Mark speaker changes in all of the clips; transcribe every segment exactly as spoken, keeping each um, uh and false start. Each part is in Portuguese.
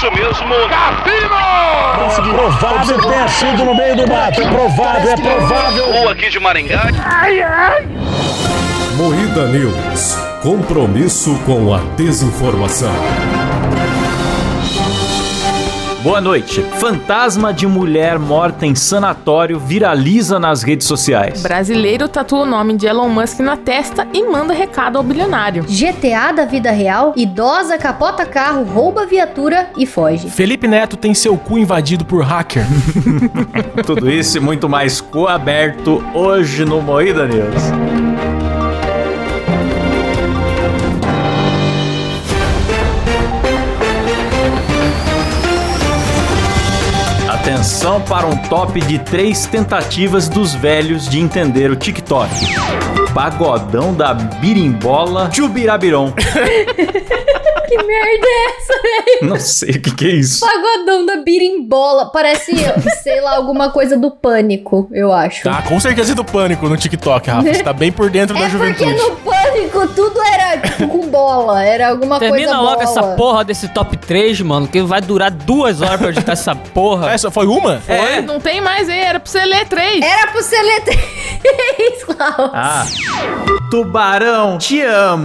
Speaker 1: isso mesmo,
Speaker 2: Cassino! É provável que tenha sido no meio do mato. É provável, é provável.
Speaker 1: Ou aqui de Maringá.
Speaker 3: Ai, ai.
Speaker 4: Moída News. Compromisso com a desinformação.
Speaker 5: Boa noite. Fantasma de mulher morta em sanatório viraliza nas redes sociais.
Speaker 6: Brasileiro tatua o nome de Elon Musk na testa e manda recado ao bilionário.
Speaker 7: G T A da vida real, idosa capota carro, rouba viatura e foge.
Speaker 8: Felipe Neto tem seu cu invadido por hacker.
Speaker 5: Tudo isso e muito mais coaberto hoje no Moída News. Atenção para um top de três tentativas dos velhos de entender o TikTok. Pagodão da birimbola Chubirabiron.
Speaker 7: Que merda é essa, velho?
Speaker 5: Não sei o que, que é isso.
Speaker 7: Pagodão da birimbola. Parece, sei lá, alguma coisa do Pânico, eu acho.
Speaker 8: Tá, com certeza é do Pânico no TikTok, Rafa. Você tá bem por dentro
Speaker 7: é
Speaker 8: da juventude.
Speaker 7: É porque no Pânico tudo era tipo com bola. Era alguma
Speaker 9: Termina
Speaker 7: coisa bola.
Speaker 9: Termina logo essa porra desse top três, mano, que vai durar duas horas pra editar essa porra.
Speaker 8: Essa foi uma?
Speaker 6: Foi. É, não tem mais aí. Era pra você ler três.
Speaker 7: Era pra você ler três, Klaus.
Speaker 5: Ah. Tubarão, te amo.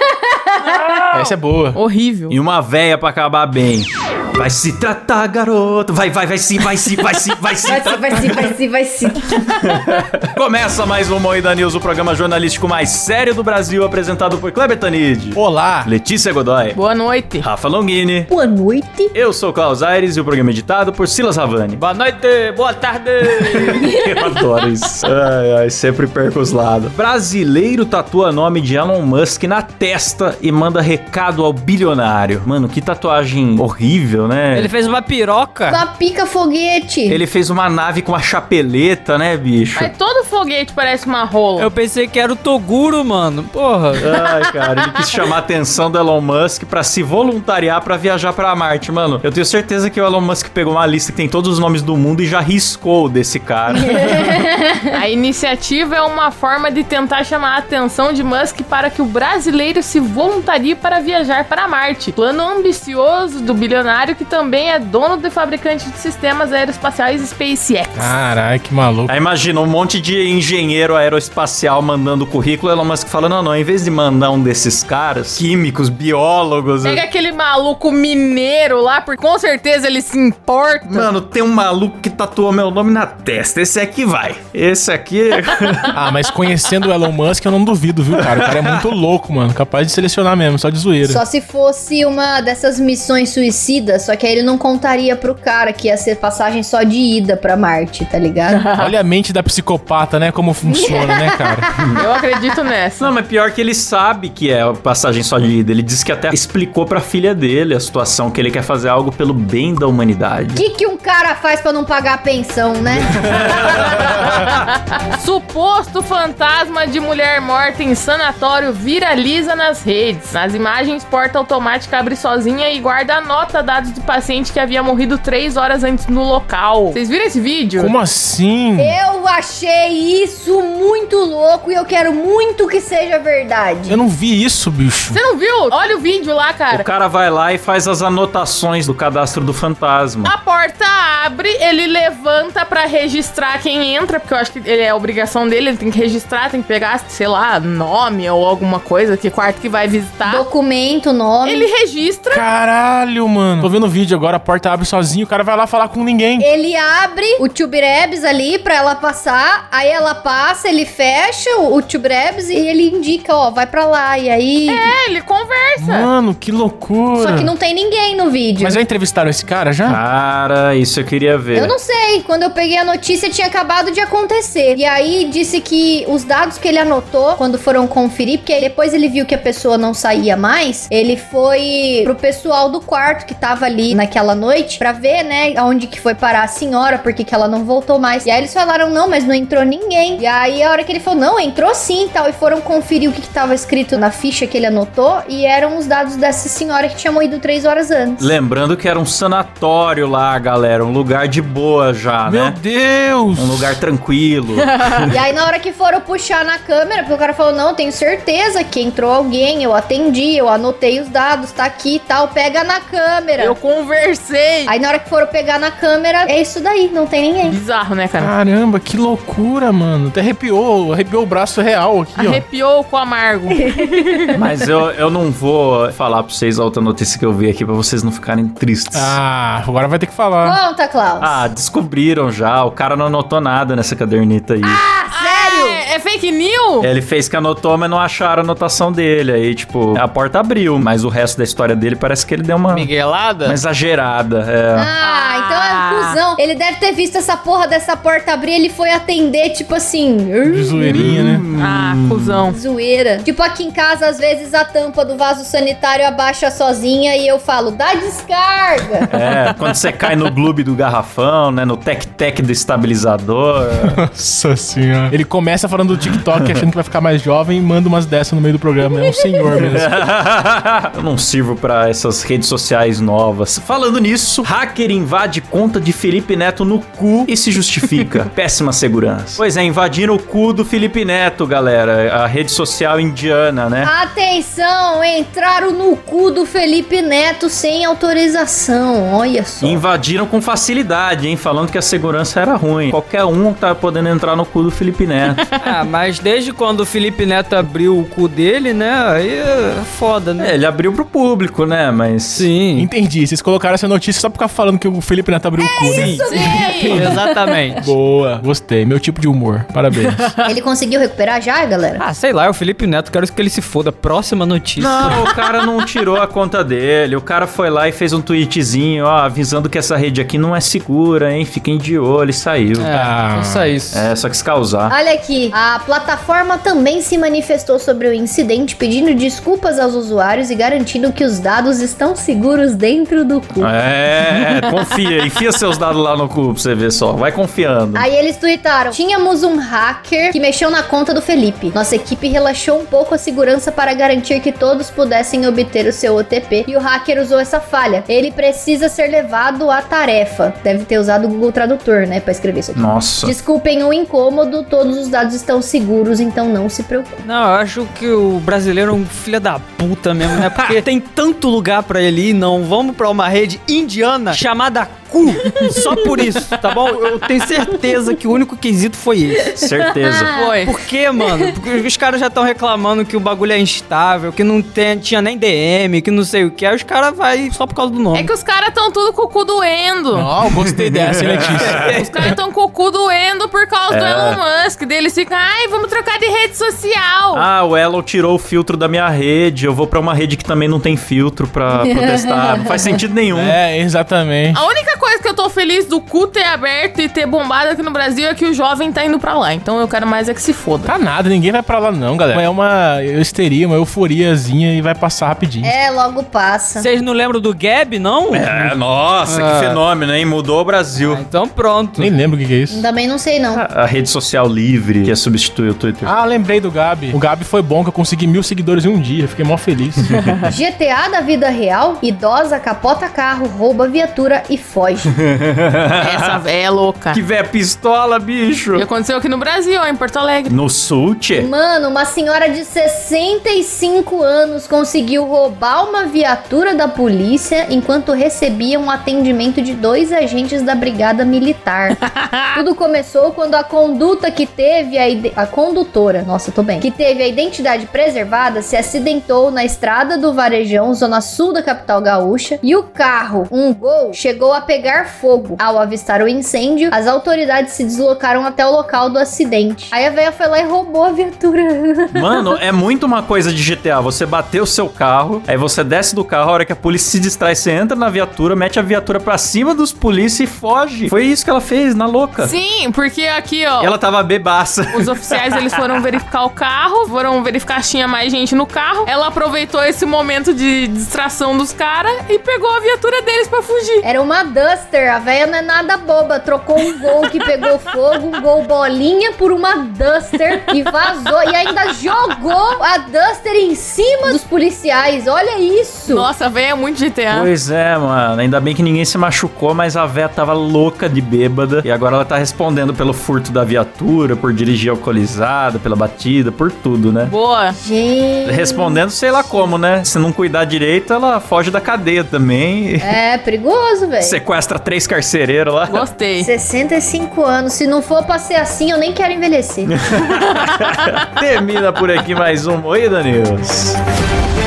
Speaker 8: Essa é boa.
Speaker 6: Horrível.
Speaker 5: E uma véia pra acabar bem. Vai se tratar, garoto. Vai, vai, vai sim, vai sim, vai sim, vai sim.
Speaker 7: Vai sim, vai sim, vai sim, vai sim.
Speaker 5: Começa mais um Moída News, o programa jornalístico mais sério do Brasil, apresentado por Kleber Tanid.
Speaker 8: Olá.
Speaker 5: Letícia Godoy.
Speaker 6: Boa noite.
Speaker 5: Rafa Longini.
Speaker 7: Boa noite.
Speaker 5: Eu sou Klaus Aires e o programa é editado por Silas Havani.
Speaker 9: Boa noite, boa tarde.
Speaker 5: Eu adoro isso. Ai, ai, sempre perco os lados. Brasileiro tatua nome de Elon Musk na testa e manda recado ao bilionário. Mano, que tatuagem horrível, né?
Speaker 9: Ele fez uma piroca.
Speaker 7: Uma pica foguete.
Speaker 5: Ele fez uma nave com uma chapeleta, né, bicho?
Speaker 6: Mas todo foguete parece uma rola.
Speaker 9: Eu pensei que era o Toguro, mano. Porra.
Speaker 5: Ai, cara, ele quis chamar a atenção do Elon Musk pra se voluntariar pra viajar pra Marte. Mano, eu tenho certeza que o Elon Musk pegou uma lista que tem todos os nomes do mundo e já riscou desse cara.
Speaker 6: A iniciativa é uma forma de tentar chamar a atenção de Musk para que o brasileiro se voluntarie para viajar para Marte. Plano ambicioso do bilionário que também é dono do fabricante de sistemas aeroespaciais SpaceX.
Speaker 8: Caralho, que maluco.
Speaker 5: Aí imagina um monte de engenheiro aeroespacial mandando currículo, Elon Musk falando, não, não, em vez de mandar um desses caras, químicos, biólogos...
Speaker 6: Pega aquele maluco mineiro lá, porque com certeza ele se importa.
Speaker 5: Mano, tem um maluco que tatuou meu nome na testa, esse aqui vai, esse aqui...
Speaker 8: Ah, mas conhecendo o Elon Musk eu não duvido, viu, cara? O cara é muito louco, mano, capaz de selecionar mesmo, só de zoeira.
Speaker 7: Só se fosse uma dessas missões suicidas, só que aí ele não contaria pro cara que ia ser passagem só de ida pra Marte, tá ligado?
Speaker 8: Olha a mente da psicopata, né? Como funciona, né, cara?
Speaker 6: Eu acredito nessa.
Speaker 5: Não, mas pior que ele sabe que é passagem só de ida. Ele disse que até explicou pra filha dele a situação, que ele quer fazer algo pelo bem da humanidade.
Speaker 7: O que que um cara faz pra não pagar a pensão, né?
Speaker 6: Suposto fantasma de mulher morta em sanatório viraliza nas redes. Nas imagens, porta automática abre sozinha e guarda a nota dados do paciente que havia morrido três horas antes no local. Vocês viram esse vídeo?
Speaker 8: Como assim?
Speaker 7: Eu achei isso muito louco e eu quero muito que seja verdade.
Speaker 8: Eu não vi isso, bicho.
Speaker 6: Você não viu? Olha o vídeo lá, cara.
Speaker 5: O cara vai lá e faz as anotações do cadastro do fantasma.
Speaker 6: A porta abre, ele levanta pra registrar quem entra, porque eu acho que ele é a obrigação dele, ele tem que registrar, tem que pegar, sei lá, nome ou alguma coisa, que quarto que vai visitar.
Speaker 7: Documento, nome.
Speaker 6: Ele registra.
Speaker 8: Caralho, mano. Tô vendo o vídeo agora, a porta abre sozinho, o cara vai lá falar com ninguém.
Speaker 7: Ele abre o Tubrebs ali pra ela passar, aí ela passa, ele fecha o, o Tubrebs e ele indica, ó, vai pra lá, e aí...
Speaker 6: É, ele conversa.
Speaker 8: Mano, que loucura.
Speaker 7: Só que não tem ninguém no vídeo.
Speaker 8: Mas já entrevistaram esse cara, já?
Speaker 5: Cara, isso eu queria ver.
Speaker 7: Eu não sei, quando eu peguei a notícia tinha acabado de acontecer. E aí disse que os dados que ele anotou, quando foram conferir, porque depois ele viu que a pessoa não saía mais, ele foi pro pessoal do quarto que tava ali naquela noite pra ver, né, aonde que foi parar a senhora, porque que ela não voltou mais. E aí eles falaram, não, mas não entrou ninguém. ninguém. E aí, a hora que ele falou, não, entrou sim e tal, e foram conferir o que, que tava escrito na ficha que ele anotou, e eram os dados dessa senhora que tinha morrido três horas antes.
Speaker 5: Lembrando que era um sanatório lá, galera, um lugar de boa já,
Speaker 8: Meu
Speaker 5: né?
Speaker 8: Deus!
Speaker 5: Um lugar tranquilo.
Speaker 7: E aí, na hora que foram puxar na câmera, porque o cara falou, não, tenho certeza que entrou alguém, eu atendi, eu anotei os dados, tá aqui e tal, pega na câmera.
Speaker 6: Eu conversei.
Speaker 7: Aí, na hora que foram pegar na câmera, é isso daí, não tem ninguém.
Speaker 6: Bizarro, né, cara?
Speaker 8: Caramba, que loucura, mano. Até arrepiou, arrepiou o braço real aqui, ó.
Speaker 6: Arrepiou com amargo.
Speaker 5: Mas eu, eu não vou falar pra vocês a outra notícia que eu vi aqui pra vocês não ficarem tristes.
Speaker 8: Ah, agora vai ter que falar.
Speaker 7: Conta, Klaus.
Speaker 5: Ah, descobriram já. O cara não anotou nada nessa caderneta aí.
Speaker 7: Ah, sério?
Speaker 6: É, é fake news?
Speaker 5: Ele fez que anotou, mas não acharam a anotação dele. Aí, tipo, a porta abriu, mas o resto da história dele parece que ele deu uma,
Speaker 9: Miguelada?
Speaker 5: uma exagerada. É.
Speaker 7: Ah, então é um cuzão. Ele deve ter visto essa porra dessa porta abrir, ele foi atender, tipo assim...
Speaker 8: De zoeirinha, né?
Speaker 6: Ah, cuzão.
Speaker 7: Zoeira. Tipo, aqui em casa, às vezes, a tampa do vaso sanitário abaixa sozinha e eu falo, dá descarga.
Speaker 5: É, quando você cai no gloob do garrafão, né? No tec-tec do estabilizador.
Speaker 8: Nossa senhora. Ele começa falando do TikTok, achando que vai ficar mais jovem e manda umas dessas no meio do programa. É um senhor mesmo.
Speaker 5: Eu não sirvo pra essas redes sociais novas. Falando nisso, hacker invade conta de Felipe Neto no cu e se justifica. Péssima segurança. Pois é, invadiram o cu do Felipe Neto, galera. A rede social indiana, né?
Speaker 7: Atenção, entraram no cu do Felipe Neto sem autorização, olha só.
Speaker 5: Invadiram com facilidade, hein? Falando que a segurança era ruim. Qualquer um tá podendo entrar no cu do Felipe Neto.
Speaker 9: Ah, mas desde quando o Felipe Neto abriu o cu dele, né? Aí é foda, né?
Speaker 5: É, ele abriu pro público, né? Mas...
Speaker 9: Sim.
Speaker 8: Entendi. Vocês colocaram essa notícia só pra ficar falando que o Felipe Neto abriu o cu, né?
Speaker 7: Isso mesmo.
Speaker 9: Exatamente.
Speaker 8: Boa. Gostei. Meu tipo de humor. Parabéns.
Speaker 7: Ele conseguiu recuperar já, galera?
Speaker 9: Ah, sei lá, é o Felipe Neto, quero que ele se foda. Próxima notícia.
Speaker 5: Não, o cara não tirou a conta dele. O cara foi lá e fez um tweetzinho, ó, avisando que essa rede aqui não é segura, hein? Fiquem de olho e saiu.
Speaker 9: É,
Speaker 8: Ah.
Speaker 9: só isso.
Speaker 5: É, só quis causar.
Speaker 7: Olha aqui, a plataforma também se manifestou sobre o incidente, pedindo desculpas aos usuários e garantindo que os dados estão seguros dentro do cu.
Speaker 5: É, confia. Enfia seus dados lá no cu pra você ver só. Vai confiando.
Speaker 7: Aí eles tuitaram, tínhamos um hacker que mexeu na conta do Felipe. Nossa equipe relaxou um pouco a segurança para garantir que todos pudessem obter o seu O T P e o hacker usou essa falha. Ele precisa ser levado à tarefa. Deve ter usado o Google Tradutor, né, pra escrever isso aqui.
Speaker 5: Nossa.
Speaker 7: Desculpem o incômodo, todos os dados estão seguros, então não se preocupe.
Speaker 9: Não, eu acho que o brasileiro é um filho da puta mesmo, né? Porque tem tanto lugar pra ele ir, não. Vamos pra uma rede indiana chamada cu. Só por isso, tá bom? Eu tenho certeza que o único quesito foi esse.
Speaker 5: Certeza.
Speaker 6: Foi.
Speaker 9: Por quê, mano? Porque os caras já estão reclamando que o bagulho é instável, que não tem, tinha nem D M, que não sei o que. Aí os caras vai só por causa do nome.
Speaker 6: É que os caras tão tudo com o cu doendo.
Speaker 8: Ó, gostei dessa, hein, Letícia.
Speaker 6: Os caras tão com o cu doendo por causa do
Speaker 5: É.
Speaker 6: Elon Musk. Daí eles ficam, ai, vamos trocar de rede social.
Speaker 5: Ah, o Elon tirou o filtro da minha rede. Eu vou pra uma rede que também não tem filtro pra protestar. Não faz sentido nenhum.
Speaker 8: É, exatamente.
Speaker 6: A única coisa que eu tô feliz do cu ter aberto e ter bombado aqui no Brasil é que o jovem tá indo pra lá. Então eu quero mais é que se foda.
Speaker 8: Tá nada, ninguém vai pra lá não, galera. É uma histeria, uma euforiazinha e vai passar rapidinho.
Speaker 7: É, logo passa.
Speaker 9: Vocês não lembram do Gab, não?
Speaker 5: É, nossa,
Speaker 9: Ah.
Speaker 5: que fenômeno, hein? Mudou o Brasil.
Speaker 9: Ah, então pronto.
Speaker 8: Nem lembro o que que é isso.
Speaker 7: Também não sei, não.
Speaker 5: A, a rede social livre que ia substituir o Twitter.
Speaker 8: Ah, lembrei do Gabi. O Gabi foi bom que eu consegui mil seguidores em um dia. Fiquei mó feliz.
Speaker 7: G T A da vida real, idosa capota carro, rouba viatura e foge.
Speaker 6: Essa véia é louca.
Speaker 5: Que véia pistola, bicho.
Speaker 6: E aconteceu aqui no Brasil, ó, em Porto Alegre.
Speaker 5: No sul, tchê?
Speaker 7: Mano, uma senhora de sessenta e cinco anos conseguiu roubar uma viatura da polícia enquanto recebia um atendimento de dois agentes da brigada militar. Tudo começou quando a conduta que teve a, ide- a condutora, nossa, tô bem, que teve a identidade preservada se acidentou na estrada do Varejão, zona sul da capital gaúcha, e o carro, um Gol, chegou a pegar fogo. Ao avistar o incêndio, as autoridades se deslocaram até o local do acidente. Aí a velha foi lá e roubou a viatura.
Speaker 5: Mano, é muito uma coisa de G T A. Você bateu o seu carro, aí você desce do carro, a hora que a polícia se distrai, você entra na viatura, mete a viatura pra cima dos polícia e foge. Foi isso que ela fez, na louca.
Speaker 6: Sim, porque aqui, ó,
Speaker 5: E ela tava bebaça.
Speaker 6: os oficiais, eles foram verificar o carro, foram verificar se tinha mais gente no carro. Ela aproveitou esse momento de distração dos caras e pegou a viatura deles pra fugir.
Speaker 7: Era uma dama Duster. A véia não é nada boba. Trocou um gol que pegou fogo, um gol bolinha por uma Duster e vazou. E ainda jogou a Duster em cima dos policiais. Olha isso.
Speaker 6: Nossa, a véia é muito G T A.
Speaker 5: Pois é, mano. Ainda bem que ninguém se machucou, mas a véia tava louca de bêbada. E agora ela tá respondendo pelo furto da viatura, por dirigir alcoolizada, pela batida, por tudo, né?
Speaker 6: Boa.
Speaker 7: Gente.
Speaker 5: Respondendo sei lá como, né? Se não cuidar direito, ela foge da cadeia também.
Speaker 7: É perigoso, velho.
Speaker 5: Sequestra três carcereiros lá.
Speaker 6: Gostei.
Speaker 7: sessenta e cinco anos. Se não for pra ser assim, eu nem quero envelhecer.
Speaker 5: Termina por aqui mais um Moída News.